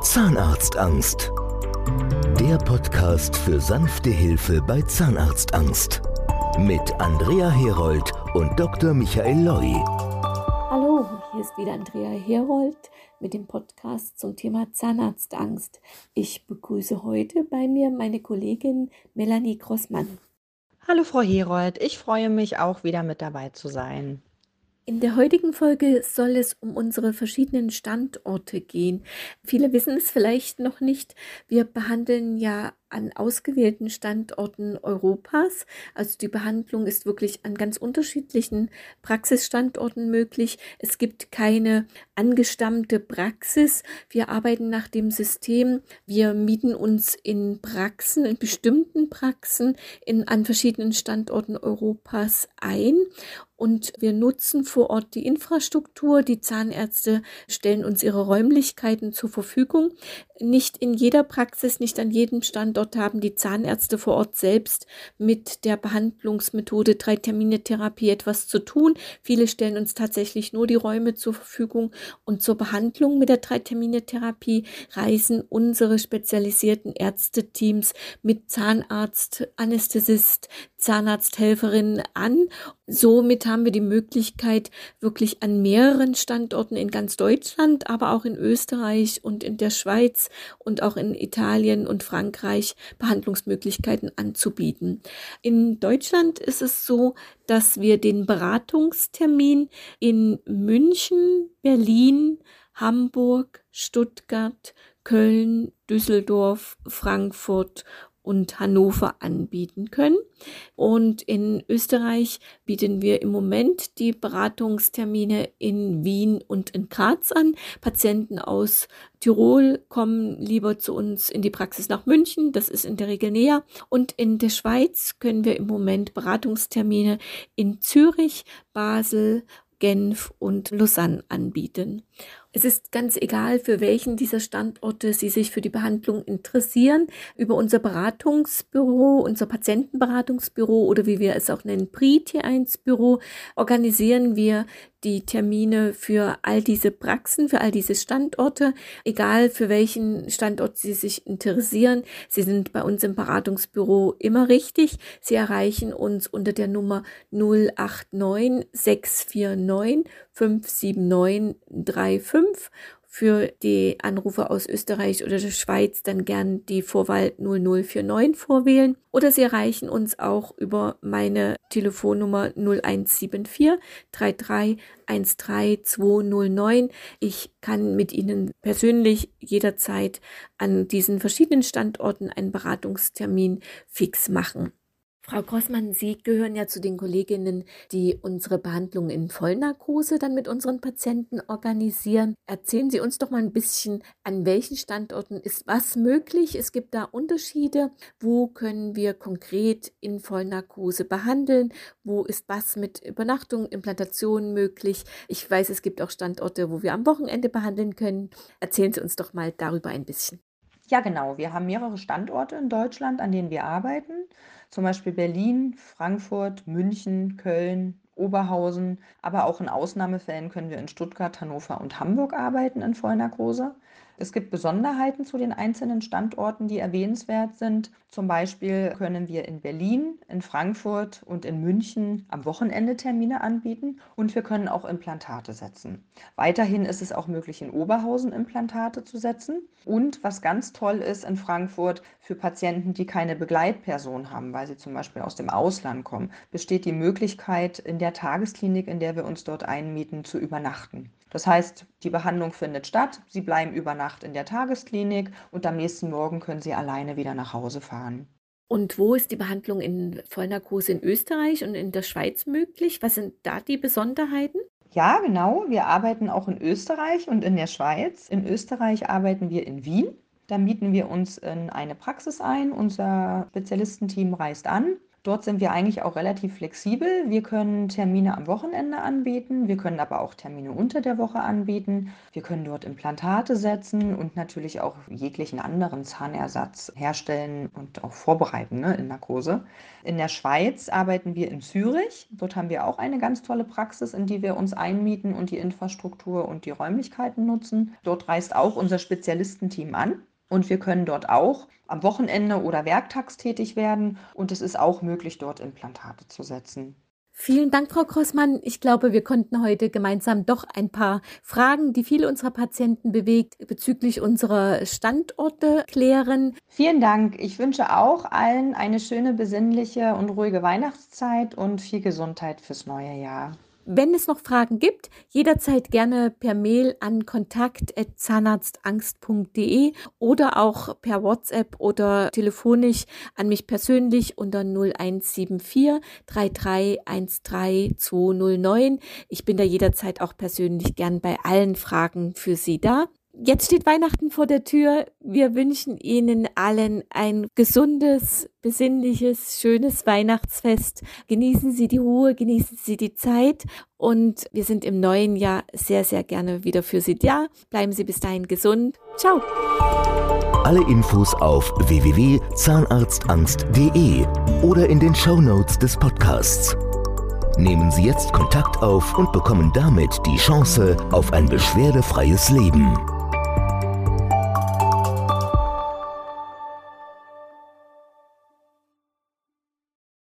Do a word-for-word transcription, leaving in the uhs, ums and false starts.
Zahnarztangst. Der Podcast für sanfte Hilfe bei Zahnarztangst. Mit Andrea Herold und Doktor Michael Loi. Hallo, hier ist wieder Andrea Herold mit dem Podcast zum Thema Zahnarztangst. Ich begrüße heute bei mir meine Kollegin Melanie Grossmann. Hallo Frau Herold, ich freue mich auch wieder mit dabei zu sein. In der heutigen Folge soll es um unsere verschiedenen Standorte gehen. Viele wissen es vielleicht noch nicht. Wir behandeln ja an ausgewählten Standorten Europas. Also die Behandlung ist wirklich an ganz unterschiedlichen Praxisstandorten möglich. Es gibt keine angestammte Praxis. Wir arbeiten nach dem System. Wir mieten uns in Praxen, in bestimmten Praxen in, an verschiedenen Standorten Europas ein. Und wir nutzen vor Ort die Infrastruktur. Die Zahnärzte stellen uns ihre Räumlichkeiten zur Verfügung. Nicht in jeder Praxis, nicht an jedem Standort haben die Zahnärzte vor Ort selbst mit der Behandlungsmethode Drei-Termine-Therapie etwas zu tun. Viele stellen uns tatsächlich nur die Räume zur Verfügung. Und zur Behandlung mit der Drei-Termine-Therapie reisen unsere spezialisierten Ärzteteams mit Zahnarzt, Anästhesist, Zahnarzthelferin an. Somit haben wir die Möglichkeit, wirklich an mehreren Standorten in ganz Deutschland, aber auch in Österreich und in der Schweiz und auch in Italien und Frankreich Behandlungsmöglichkeiten anzubieten. In Deutschland ist es so, dass wir den Beratungstermin in München, Berlin, Hamburg, Stuttgart, Köln, Düsseldorf, Frankfurt und Hannover anbieten können. Und in Österreich bieten wir im Moment die Beratungstermine in Wien und in Graz an. Patienten aus Tirol kommen lieber zu uns in die Praxis nach München, das ist in der Regel näher. Und in der Schweiz können wir im Moment Beratungstermine in Zürich, Basel, Genf und Lausanne anbieten. Es ist ganz egal, für welchen dieser Standorte Sie sich für die Behandlung interessieren. Über unser Beratungsbüro, unser Patientenberatungsbüro oder wie wir es auch nennen, P R I T eins Büro, organisieren wir die Termine für all diese Praxen, für all diese Standorte, egal für welchen Standort Sie sich interessieren. Sie sind bei uns im Beratungsbüro immer richtig. Sie erreichen uns unter der Nummer null acht neun sechs vier neun fünf sieben neun drei fünf. Für die Anrufer aus Österreich oder der Schweiz dann gern die Vorwahl null null vier neun vorwählen. Oder Sie erreichen uns auch über meine Telefonnummer null eins sieben vier drei drei eins drei zwei null neun. Ich kann mit Ihnen persönlich jederzeit an diesen verschiedenen Standorten einen Beratungstermin fix machen. Frau Grossmann, Sie gehören ja zu den Kolleginnen, die unsere Behandlung in Vollnarkose dann mit unseren Patienten organisieren. Erzählen Sie uns doch mal ein bisschen, an welchen Standorten ist was möglich? Es gibt da Unterschiede. Wo können wir konkret in Vollnarkose behandeln? Wo ist was mit Übernachtung, Implantation möglich? Ich weiß, es gibt auch Standorte, wo wir am Wochenende behandeln können. Erzählen Sie uns doch mal darüber ein bisschen. Ja, genau. Wir haben mehrere Standorte in Deutschland, an denen wir arbeiten. Zum Beispiel Berlin, Frankfurt, München, Köln, Oberhausen. Aber auch in Ausnahmefällen können wir in Stuttgart, Hannover und Hamburg arbeiten in Vollnarkose. Es gibt Besonderheiten zu den einzelnen Standorten, die erwähnenswert sind. Zum Beispiel können wir in Berlin, in Frankfurt und in München am Wochenende Termine anbieten und wir können auch Implantate setzen. Weiterhin ist es auch möglich, in Oberhausen Implantate zu setzen. Und was ganz toll ist in Frankfurt, für Patienten, die keine Begleitperson haben, weil sie zum Beispiel aus dem Ausland kommen, besteht die Möglichkeit, in der Tagesklinik, in der wir uns dort einmieten, zu übernachten. Das heißt, die Behandlung findet statt, Sie bleiben über Nacht in der Tagesklinik und am nächsten Morgen können Sie alleine wieder nach Hause fahren. Und wo ist die Behandlung in Vollnarkose in Österreich und in der Schweiz möglich? Was sind da die Besonderheiten? Ja, genau. Wir arbeiten auch in Österreich und in der Schweiz. In Österreich arbeiten wir in Wien. Da mieten wir uns in eine Praxis ein. Unser Spezialistenteam reist an. Dort sind wir eigentlich auch relativ flexibel. Wir können Termine am Wochenende anbieten, wir können aber auch Termine unter der Woche anbieten. Wir können dort Implantate setzen und natürlich auch jeglichen anderen Zahnersatz herstellen und auch vorbereiten, ne, in Narkose. In der Schweiz arbeiten wir in Zürich. Dort haben wir auch eine ganz tolle Praxis, in die wir uns einmieten und die Infrastruktur und die Räumlichkeiten nutzen. Dort reist auch unser Spezialistenteam an. Und wir können dort auch am Wochenende oder werktags tätig werden und es ist auch möglich, dort Implantate zu setzen. Vielen Dank, Frau Grossmann. Ich glaube, wir konnten heute gemeinsam doch ein paar Fragen, die viele unserer Patienten bewegt, bezüglich unserer Standorte klären. Vielen Dank. Ich wünsche auch allen eine schöne, besinnliche und ruhige Weihnachtszeit und viel Gesundheit fürs neue Jahr. Wenn es noch Fragen gibt, jederzeit gerne per Mail an kontakt at zahnarztangst punkt de oder auch per WhatsApp oder telefonisch an mich persönlich unter null eins sieben vier drei drei eins drei zwei null neun. Ich bin da jederzeit auch persönlich gern bei allen Fragen für Sie da. Jetzt steht Weihnachten vor der Tür. Wir wünschen Ihnen allen ein gesundes, besinnliches, schönes Weihnachtsfest. Genießen Sie die Ruhe, genießen Sie die Zeit und wir sind im neuen Jahr sehr, sehr gerne wieder für Sie da. Bleiben Sie bis dahin gesund. Ciao. Alle Infos auf w w w punkt zahnarztangst punkt de oder in den Shownotes des Podcasts. Nehmen Sie jetzt Kontakt auf und bekommen damit die Chance auf ein beschwerdefreies Leben.